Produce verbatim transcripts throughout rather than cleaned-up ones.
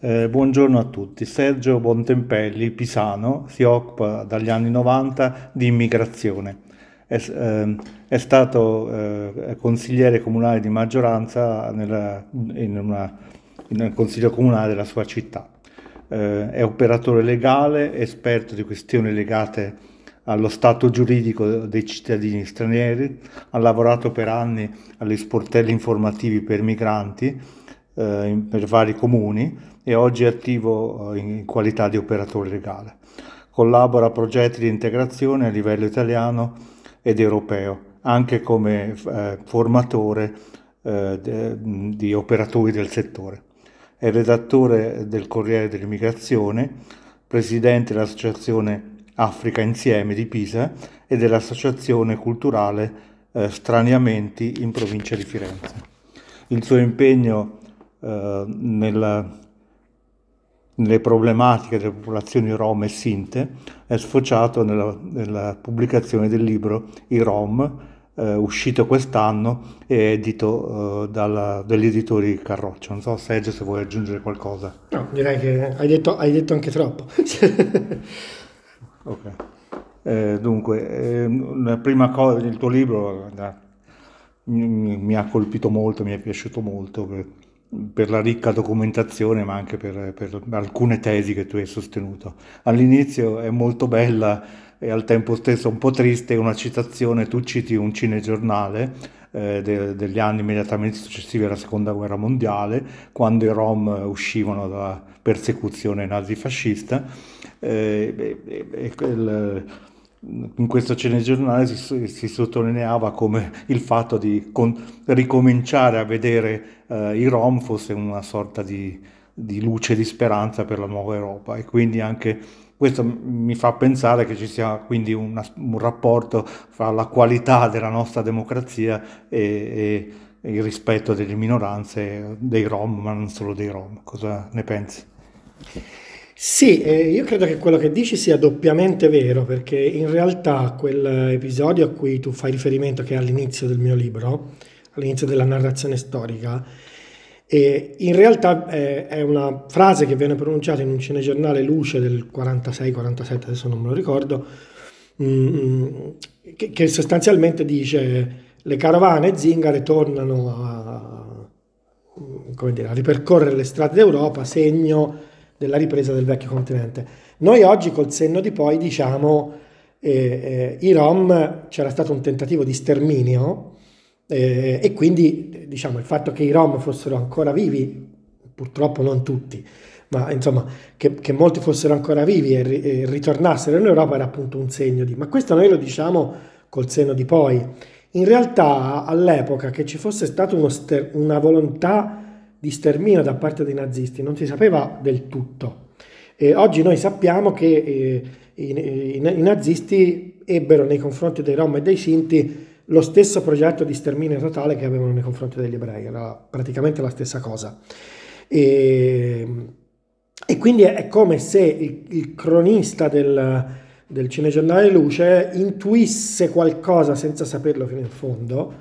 Eh, buongiorno a tutti. Sergio Bontempelli, pisano, si occupa dagli anni novanta di immigrazione. È, s- ehm, è stato eh, consigliere comunale di maggioranza nella- in una- nel consiglio comunale della sua città. Eh, è operatore legale, esperto di questioni legate allo stato giuridico dei cittadini stranieri, ha lavorato per anni agli sportelli informativi per migranti eh, in- per vari comuni e oggi è attivo eh, in qualità di operatore legale. Collabora a progetti di integrazione a livello italiano ed europeo, anche come eh, formatore eh, de- di operatori del settore. È redattore del Corriere dell'Immigrazione, presidente dell'Associazione Africa Insieme di Pisa e dell'Associazione Culturale eh, Straniamenti in provincia di Firenze. Il suo impegno eh, nella- nelle problematiche delle popolazioni rom e sinte è sfociato nella, nella pubblicazione del libro I Rom, eh, uscito quest'anno e edito eh, dalla- dagli editori Carroccio. Non so, Sergio, se vuoi aggiungere qualcosa. No, direi che hai detto, hai detto anche troppo. Ok. Eh, dunque, eh, la prima cosa, il tuo libro eh, mi, mi ha colpito molto, mi è piaciuto molto per, per la ricca documentazione, ma anche per, per alcune tesi che tu hai sostenuto. All'inizio è molto bella e al tempo stesso un po' triste una citazione, tu citi un cinegiornale eh, de- degli anni immediatamente successivi alla seconda guerra mondiale, quando i Rom uscivano dalla persecuzione nazifascista. Eh, e- e- e quel- in questo cinegiornale si, si sottolineava come il fatto di con- ricominciare a vedere eh, i Rom fosse una sorta di, di luce di speranza per la nuova Europa e quindi anche questo mi fa pensare che ci sia quindi una- un rapporto fra la qualità della nostra democrazia e, e- e il rispetto delle minoranze, dei Rom, ma non solo dei Rom. Cosa ne pensi? Sì, eh, io credo che quello che dici sia doppiamente vero, perché in realtà quell'episodio a cui tu fai riferimento, che è all'inizio del mio libro, all'inizio della narrazione storica, e in realtà è, è una frase che viene pronunciata in un cinegiornale Luce del quarantasei quarantasette, adesso non me lo ricordo, mm, che, che sostanzialmente dice le carovane zingare tornano a, come dire, a ripercorrere le strade d'Europa, segno della ripresa del vecchio continente. Noi oggi col senno di poi diciamo eh, eh, i Rom c'era stato un tentativo di sterminio eh, e quindi eh, diciamo il fatto che i Rom fossero ancora vivi, purtroppo non tutti, ma insomma che, che molti fossero ancora vivi e, ri- e ritornassero in Europa era appunto un segno di... Ma questo noi lo diciamo col senno di poi. In realtà all'epoca che ci fosse stata uno ster- una volontà di sterminio da parte dei nazisti non si sapeva del tutto. E oggi noi sappiamo che eh, i, i- i nazisti ebbero nei confronti dei Rom e dei Sinti lo stesso progetto di sterminio totale che avevano nei confronti degli ebrei, era praticamente la stessa cosa. E, e quindi è, è come se il, il cronista del, del cinegiornale Luce intuisse qualcosa senza saperlo fino in fondo,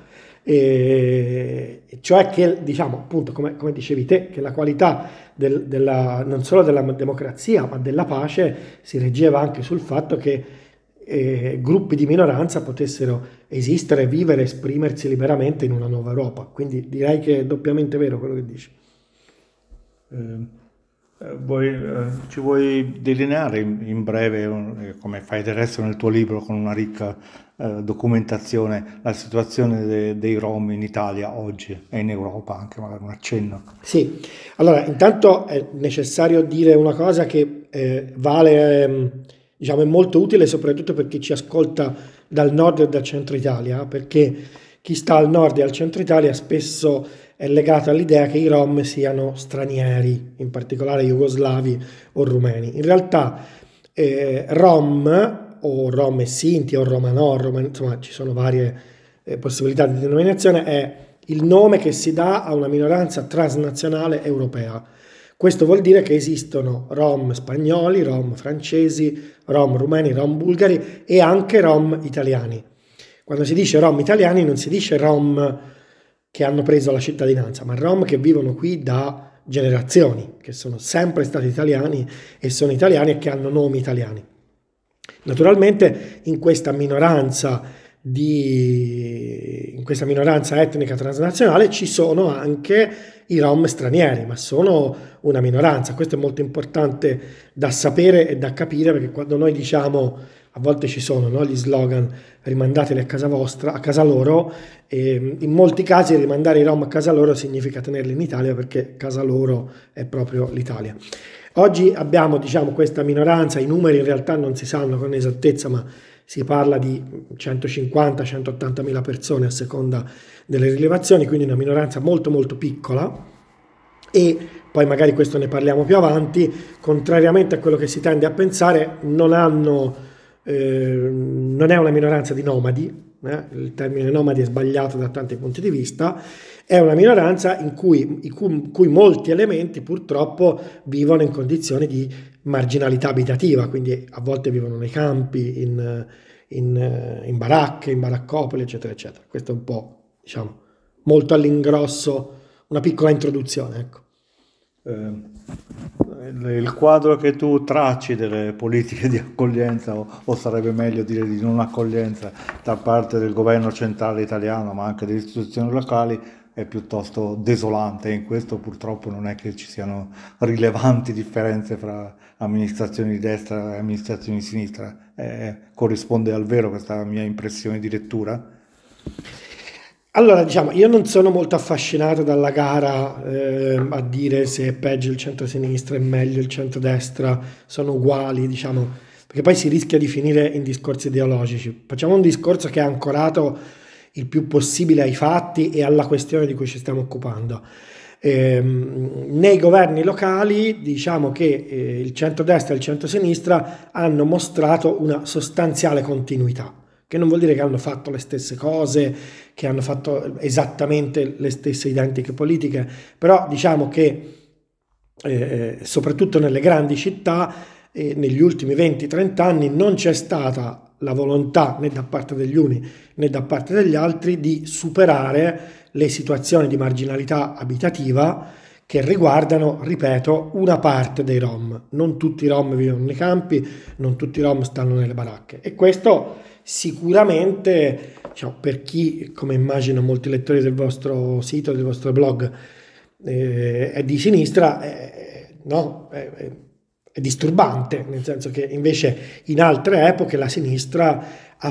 e, cioè che, diciamo, appunto, come, come dicevi te, che la qualità del- della, non solo della democrazia, ma della pace si reggeva anche sul fatto che eh, gruppi di minoranza potessero esistere, vivere, esprimersi liberamente in una nuova Europa. Quindi direi che è doppiamente vero quello che dici. Eh, eh, vuoi, eh, ci vuoi delineare in, in breve, un- eh, come fai del resto nel tuo libro, con una ricca eh, documentazione, la situazione de- dei Rom in Italia oggi e in Europa anche, magari un accenno? Sì, allora intanto è necessario dire una cosa che eh, vale, ehm, diciamo, è molto utile soprattutto per chi ci ascolta dal nord e dal centro Italia, perché chi sta al nord e al centro Italia spesso è legato all'idea che i Rom siano stranieri, in particolare jugoslavi o rumeni. In realtà eh, Rom o Rom e Sinti o Romanò, Roma- insomma ci sono varie eh, possibilità di denominazione, è il nome che si dà a una minoranza transnazionale europea. Questo vuol dire che esistono Rom spagnoli, Rom francesi, Rom rumeni, Rom bulgari e anche Rom italiani. Quando si dice Rom italiani non si dice Rom che hanno preso la cittadinanza, ma Rom che vivono qui da generazioni, che sono sempre stati italiani e sono italiani e che hanno nomi italiani. Naturalmente in questa minoranza di, in questa minoranza etnica transnazionale ci sono anche i rom stranieri, ma sono una minoranza. Questo è molto importante da sapere e da capire, perché quando noi diciamo, a volte ci sono, no, gli slogan rimandateli a casa vostra, a casa loro, e in molti casi rimandare i rom a casa loro significa tenerli in Italia, perché casa loro è proprio l'Italia. Oggi abbiamo, diciamo, questa minoranza, i numeri in realtà non si sanno con esattezza, ma si parla di centocinquanta centottanta mila persone a seconda delle rilevazioni, quindi una minoranza molto molto piccola, e poi magari questo ne parliamo più avanti. Contrariamente a quello che si tende a pensare, non hanno, eh, non è una minoranza di nomadi, eh? Il termine nomadi è sbagliato da tanti punti di vista, è una minoranza in cui, in cui, in cui molti elementi purtroppo vivono in condizioni di marginalità abitativa, quindi a volte vivono nei campi, in, in, in baracche, in baraccopoli, eccetera, eccetera. Questo è un po', diciamo, molto all'ingrosso, una piccola introduzione, ecco. Eh, il quadro che tu tracci delle politiche di accoglienza, o, o sarebbe meglio dire di non accoglienza, da parte del governo centrale italiano, ma anche delle istituzioni locali, è piuttosto desolante. In questo purtroppo non è che ci siano rilevanti differenze fra amministrazioni di destra e amministrazioni di sinistra. Eh, corrisponde al vero questa mia impressione di lettura? Allora, diciamo, io non sono molto affascinato dalla gara eh, a dire se è peggio il centro-sinistra, è meglio il centro-destra, sono uguali, diciamo, perché poi si rischia di finire in discorsi ideologici. Facciamo un discorso che è ancorato il più possibile ai fatti e alla questione di cui ci stiamo occupando. Eh, nei governi locali, diciamo che eh, il centrodestra e il centrosinistra hanno mostrato una sostanziale continuità, che non vuol dire che hanno fatto le stesse cose, che hanno fatto esattamente le stesse identiche politiche, però diciamo che eh, soprattutto nelle grandi città eh, negli ultimi venti trenta anni non c'è stata la volontà né da parte degli uni né da parte degli altri di superare le situazioni di marginalità abitativa che riguardano, ripeto, una parte dei rom. Non tutti i rom vivono nei campi, non tutti i rom stanno nelle baracche, e questo sicuramente, diciamo, per chi, come immagino molti lettori del vostro sito, del vostro blog, eh, è di sinistra, eh, no, è, è, è disturbante, nel senso che invece in altre epoche la sinistra ha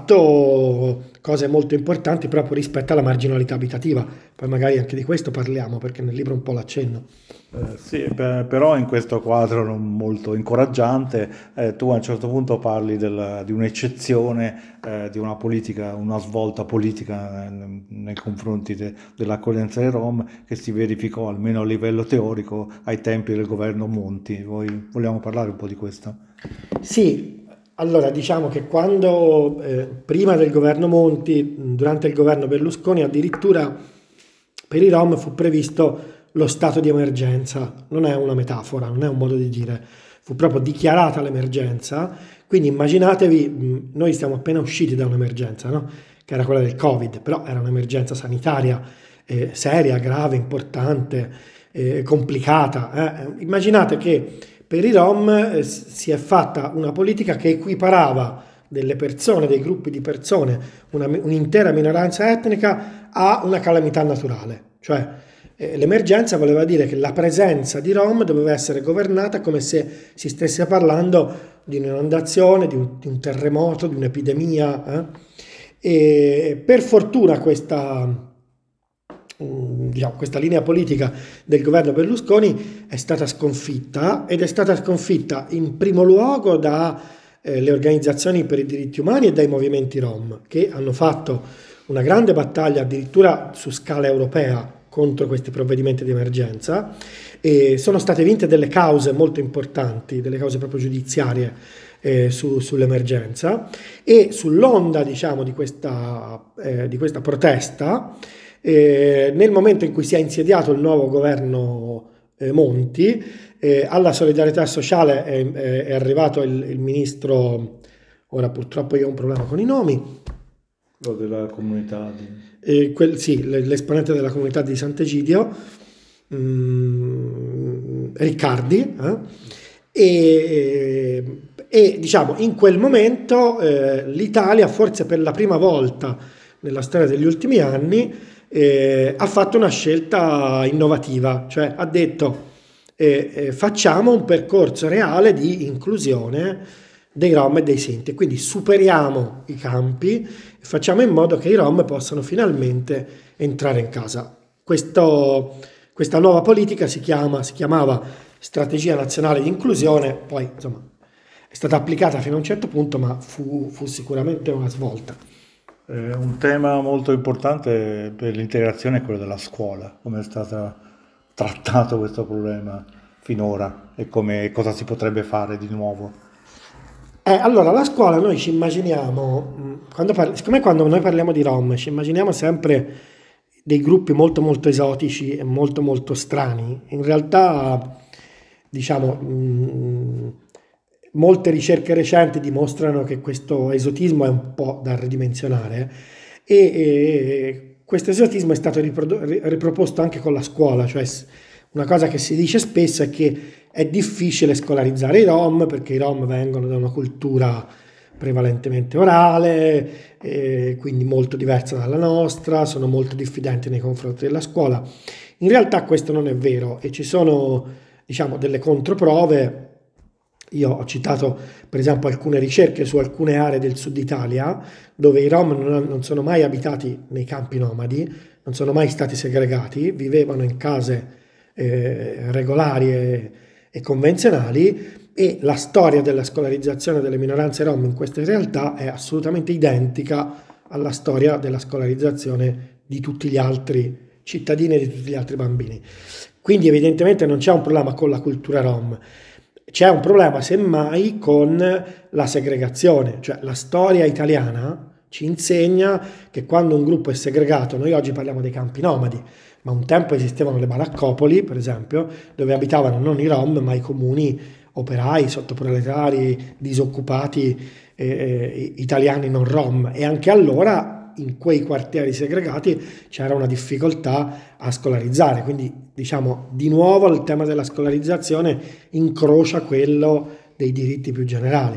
fatto cose molto importanti proprio rispetto alla marginalità abitativa. Poi magari anche di questo parliamo, perché nel libro un po' l'accenno. Eh, sì, per- però in questo quadro non molto incoraggiante, eh, tu a un certo punto parli del- di un'eccezione, eh, di una politica, una svolta politica nel- nei confronti de- dell'accoglienza dei Rom, che si verificò almeno a livello teorico ai tempi del governo Monti. Voi vogliamo parlare un po' di questo? Sì, allora diciamo che quando eh, prima del governo Monti, durante il governo Berlusconi, addirittura per i Rom fu previsto lo stato di emergenza. Non è una metafora, non è un modo di dire, fu proprio dichiarata l'emergenza. Quindi immaginatevi, mh, noi siamo appena usciti da un'emergenza, no? Che era quella del Covid, però era un'emergenza sanitaria eh, seria, grave, importante, eh, complicata. eh. Immaginate che per i Rom eh, si è fatta una politica che equiparava delle persone, dei gruppi di persone, una- un'intera minoranza etnica a una calamità naturale. Cioè eh, l'emergenza voleva dire che la presenza di Rom doveva essere governata come se si stesse parlando di un'inondazione, di un, di un terremoto, di un'epidemia. eh. E per fortuna questa, mm, diciamo, questa linea politica del governo Berlusconi è stata sconfitta, ed è stata sconfitta in primo luogo dalle organizzazioni per i diritti umani e dai movimenti Rom, che hanno fatto una grande battaglia addirittura su scala europea contro questi provvedimenti di emergenza, e sono state vinte delle cause molto importanti, delle cause proprio giudiziarie eh, su- sull'emergenza, e sull'onda, diciamo, di questa, eh, di questa protesta, eh, nel momento in cui si è insediato il nuovo governo eh, Monti, eh, alla solidarietà sociale è, è- è arrivato il, il ministro, ora purtroppo io ho un problema con i nomi, O della comunità di... eh, quel- sì, l- l'esponente della comunità di Sant'Egidio, mm, Riccardi, eh? e, e, diciamo in quel momento eh, l'Italia, forse per la prima volta nella storia degli ultimi anni, eh, ha fatto una scelta innovativa, cioè ha detto eh, eh, facciamo un percorso reale di inclusione dei Rom e dei Sinti, quindi superiamo i campi e facciamo in modo che i Rom possano finalmente entrare in casa. Questo, questa nuova politica si chiama, si chiamava Strategia Nazionale di Inclusione, poi insomma è stata applicata fino a un certo punto, ma fu, fu sicuramente una svolta. Eh, un tema molto importante per l'integrazione è quello della scuola, come è stato trattato questo problema finora e come, cosa si potrebbe fare di nuovo. Eh, allora, la scuola noi ci immaginiamo, mh, quando parli- siccome quando noi parliamo di Rom, ci immaginiamo sempre dei gruppi molto molto esotici e molto molto strani. In realtà, diciamo, mh, molte ricerche recenti dimostrano che questo esotismo è un po' da ridimensionare e, e questo esotismo è stato riprodo- ri- riproposto anche con la scuola, cioè s- una cosa che si dice spesso è che è difficile scolarizzare i Rom perché i Rom vengono da una cultura prevalentemente orale, eh, quindi molto diversa dalla nostra, sono molto diffidenti nei confronti della scuola. In realtà questo non è vero e ci sono, diciamo, delle controprove. Io ho citato per esempio alcune ricerche su alcune aree del sud Italia dove i Rom non, non sono mai abitati nei campi nomadi, non sono mai stati segregati, vivevano in case eh, regolari e, e convenzionali e la storia della scolarizzazione delle minoranze rom in queste realtà è assolutamente identica alla storia della scolarizzazione di tutti gli altri cittadini e di tutti gli altri bambini. Quindi evidentemente non c'è un problema con la cultura rom, c'è un problema semmai con la segregazione, cioè la storia italiana ci insegna che quando un gruppo è segregato, noi oggi parliamo dei campi nomadi, ma un tempo esistevano le baraccopoli, per esempio, dove abitavano non i rom, ma i comuni operai, sottoproletari, disoccupati eh, eh, italiani non rom. E anche allora in quei quartieri segregati c'era una difficoltà a scolarizzare. Quindi, diciamo, di nuovo il tema della scolarizzazione incrocia quello dei diritti più generali.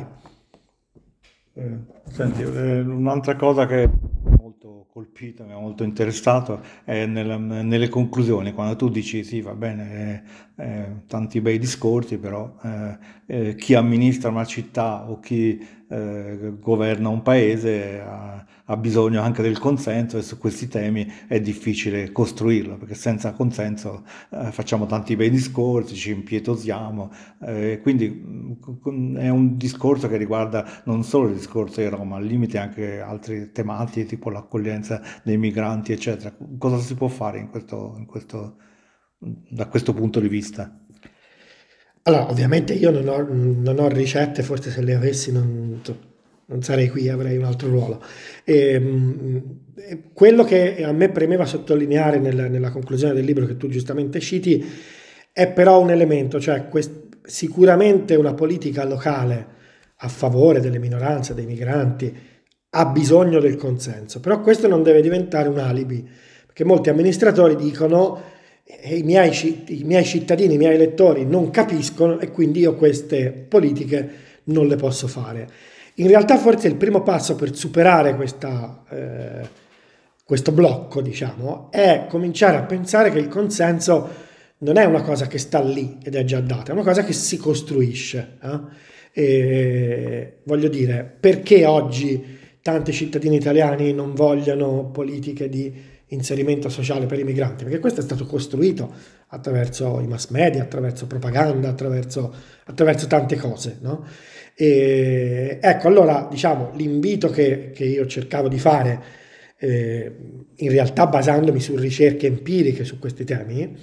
Eh, senti, eh, un'altra cosa che mi ha molto colpito, mi ha molto interessato è nella- nelle conclusioni, quando tu dici sì, va bene, eh, eh, tanti bei discorsi, però eh, eh, chi amministra una città o chi eh, governa un paese ha, ha bisogno anche del consenso e su questi temi è difficile costruirlo, perché senza consenso eh, facciamo tanti bei discorsi, ci impietosiamo, eh, quindi mh, è un discorso che riguarda non solo il discorso di Roma, al limite anche altre tematiche tipo l'accoglienza dei migranti, eccetera. Cosa si può fare in questo, in questo, da questo punto di vista? Allora, ovviamente io non ho, non ho ricette, forse se le avessi non, non sarei qui, avrei un altro ruolo. E, mh, e quello che a me premeva sottolineare nel- nella conclusione del libro che tu giustamente citi è però un elemento, cioè quest- sicuramente una politica locale a favore delle minoranze, dei migranti, ha bisogno del consenso, però questo non deve diventare un alibi, perché molti amministratori dicono e i miei, i miei cittadini, i miei elettori non capiscono e quindi io queste politiche non le posso fare. In realtà forse il primo passo per superare questa, eh, questo blocco, diciamo, è cominciare a pensare che il consenso non è una cosa che sta lì ed è già data, è una cosa che si costruisce. Eh? E, voglio dire, perché oggi tanti cittadini italiani non vogliono politiche di inserimento sociale per i migranti? Perché questo è stato costruito attraverso i mass media, attraverso propaganda, attraverso, attraverso tante cose, no? E, ecco, allora, diciamo, l'invito che, che io cercavo di fare, eh, in realtà basandomi su ricerche empiriche su questi temi,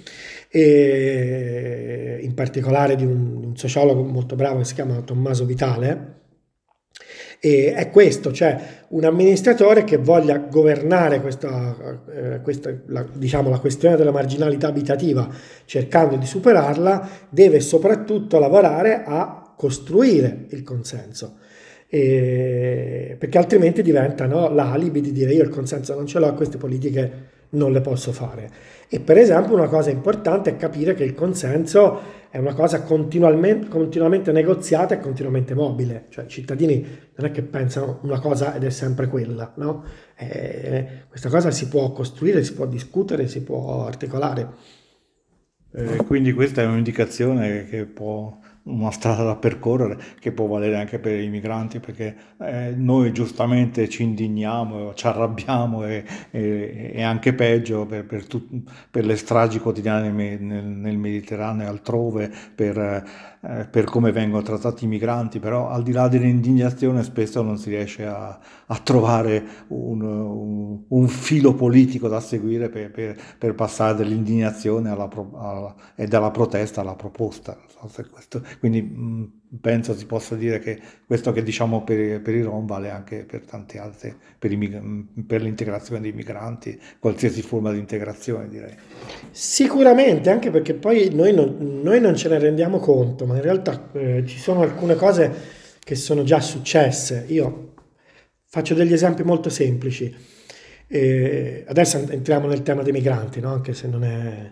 e in particolare di un, di un sociologo molto bravo che si chiama Tommaso Vitale, e è questo, cioè un amministratore che voglia governare questa, eh, questa la, diciamo, la questione della marginalità abitativa cercando di superarla, deve soprattutto lavorare a costruire il consenso. E- perché altrimenti diventa no, l'alibi di dire io il consenso non ce l'ho, queste politiche non le posso fare. E per esempio una cosa importante è capire che il consenso è una cosa continuamente, continuamente negoziata e continuamente mobile, cioè i cittadini non è che pensano una cosa ed è sempre quella, no? Eh, questa cosa si può costruire, si può discutere, si può articolare. Eh, quindi questa è un'indicazione che può, una strada da percorrere che può valere anche per i migranti, perché eh, noi giustamente ci indigniamo, ci arrabbiamo e, e- e anche peggio per, per tut- per le stragi quotidiane nel, nel- nel Mediterraneo e altrove, per, eh, per come vengono trattati i migranti, però al di là dell'indignazione spesso non si riesce a, a trovare un, un- un filo politico da seguire per, per- per passare dall'indignazione alla pro- alla- e dalla protesta alla proposta. Non so se questo- quindi mh, penso si possa dire che questo che diciamo per, per i Rom vale anche per tanti altri, per, i mig- mh, per l'integrazione dei migranti, qualsiasi forma di integrazione direi. Sicuramente, anche perché poi noi non, noi non ce ne rendiamo conto, ma in realtà eh, ci sono alcune cose che sono già successe. Io faccio degli esempi molto semplici. Eh, adesso entriamo nel tema dei migranti, no? Anche se non è,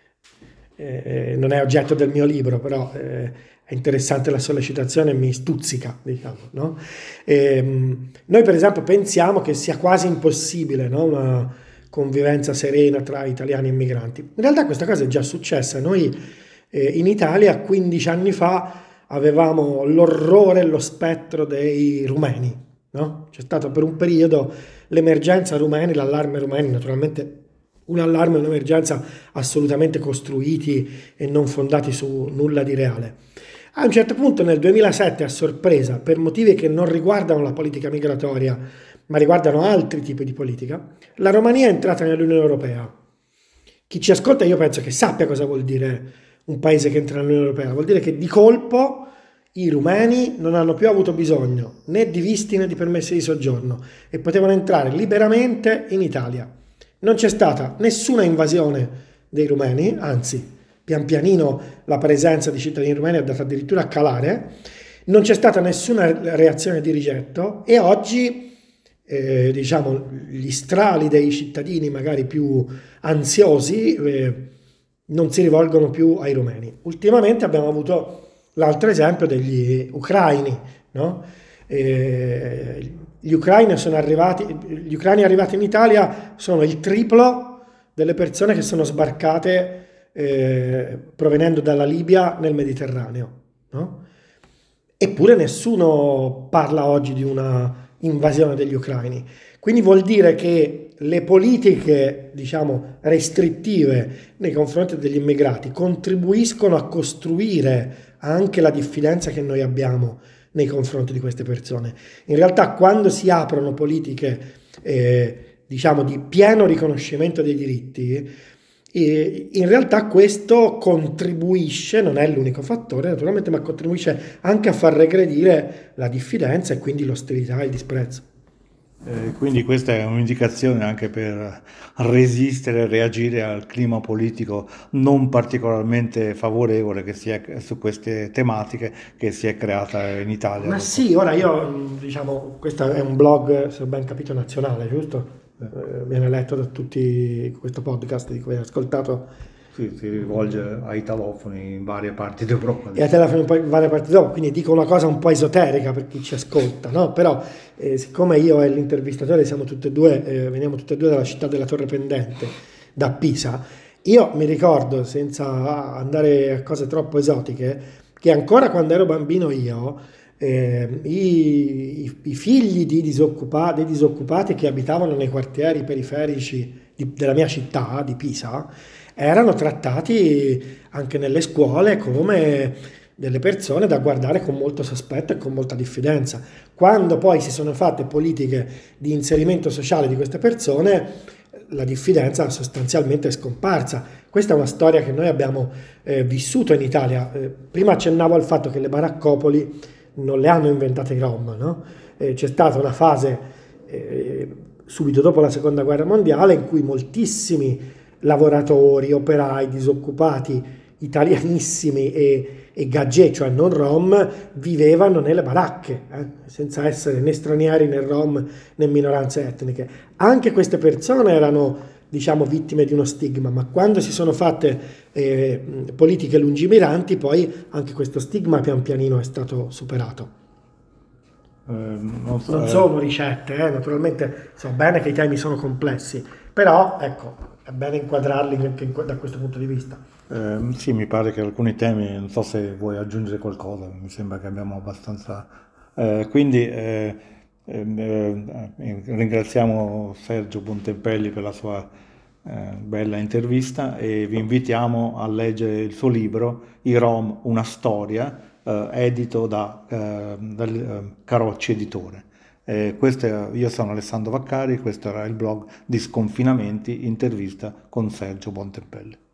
eh, non è oggetto del mio libro, però eh, è interessante la sollecitazione e mi stuzzica, diciamo, no? Ehm, noi per esempio pensiamo che sia quasi impossibile, no? Una convivenza serena tra italiani e migranti. In realtà questa cosa è già successa. Noi eh, in Italia quindici anni fa avevamo l'orrore e lo spettro dei rumeni, no? C'è stato per un periodo l'emergenza rumeni, l'allarme rumeni, naturalmente un allarme e un'emergenza assolutamente costruiti e non fondati su nulla di reale. A un certo punto nel duemilasette, a sorpresa, per motivi che non riguardano la politica migratoria, ma riguardano altri tipi di politica, la Romania è entrata nell'Unione Europea. Chi ci ascolta io penso che sappia cosa vuol dire un paese che entra nell'Unione Europea. Vuol dire che di colpo i rumeni non hanno più avuto bisogno né di visti né di permessi di soggiorno e potevano entrare liberamente in Italia. Non c'è stata nessuna invasione dei rumeni, anzi, pian pianino la presenza di cittadini rumeni è andata addirittura a calare, non c'è stata nessuna reazione di rigetto e oggi, eh, diciamo, gli strali dei cittadini magari più ansiosi eh, non si rivolgono più ai rumeni. Ultimamente abbiamo avuto l'altro esempio degli ucraini, no? Eh, gli ucraini sono arrivati, gli ucraini arrivati in Italia sono il triplo delle persone che sono sbarcate eh, provenendo dalla Libia nel Mediterraneo, no? Eppure nessuno parla oggi di una invasione degli ucraini. Quindi vuol dire che le politiche, diciamo, restrittive nei confronti degli immigrati contribuiscono a costruire anche la diffidenza che noi abbiamo nei confronti di queste persone. In realtà, quando si aprono politiche, eh, diciamo, di pieno riconoscimento dei diritti, eh, in realtà questo contribuisce, non è l'unico fattore naturalmente, ma contribuisce anche a far regredire la diffidenza e quindi l'ostilità e il disprezzo. Eh, quindi questa è un'indicazione anche per resistere e reagire al clima politico non particolarmente favorevole che si è su queste tematiche che si è creata in Italia. Ma dopo. sì, ora io, diciamo, questo è un blog, se ho ben capito, nazionale, giusto? Eh, viene letto da tutti, questo podcast di cui hai ascoltato Sì, si rivolge ai italofoni in varie parti d'Europa. e a te la fai un po' in varie parti dopo, quindi dico una cosa un po' esoterica per chi ci ascolta, no? Però eh, siccome io e l'intervistatore siamo tutte e due, eh, veniamo tutte e due dalla città della Torre Pendente, da Pisa, io mi ricordo, senza andare a cose troppo esotiche, che ancora quando ero bambino io, eh, i, i- i figli di disoccupa- dei disoccupati che abitavano nei quartieri periferici di- della mia città, di Pisa, erano trattati anche nelle scuole come delle persone da guardare con molto sospetto e con molta diffidenza. Quando poi si sono fatte politiche di inserimento sociale di queste persone, la diffidenza sostanzialmente è scomparsa. Questa è una storia che noi abbiamo eh, vissuto in Italia. Eh, prima accennavo al fatto che le baraccopoli non le hanno inventate i Rom, no? Eh, c'è stata una fase eh, subito dopo la seconda guerra mondiale in cui moltissimi lavoratori, operai, disoccupati italianissimi e, e gaggé, cioè non rom, vivevano nelle baracche, eh, senza essere né stranieri né rom né minoranze etniche. Anche queste persone erano diciamo, vittime di uno stigma, ma quando si sono fatte eh, politiche lungimiranti, poi anche questo stigma pian pianino è stato superato. Eh, non so, Non eh, sono ricette, eh, naturalmente so bene che i temi sono complessi, però ecco, è bene inquadrarli anche in que- da questo punto di vista. ehm, sì, mi pare che alcuni temi, non so se vuoi aggiungere qualcosa, mi sembra che abbiamo abbastanza. Eh, quindi eh, ehm, eh, ringraziamo Sergio Bontempelli per la sua eh, bella intervista e vi invitiamo a leggere il suo libro I Rom, una storia, eh, edito da, eh, dal eh, Carocci Editore. Eh, questo è- io sono Alessandro Vaccari, questo era il blog di Sconfinamenti, intervista con Sergio Bontempelli.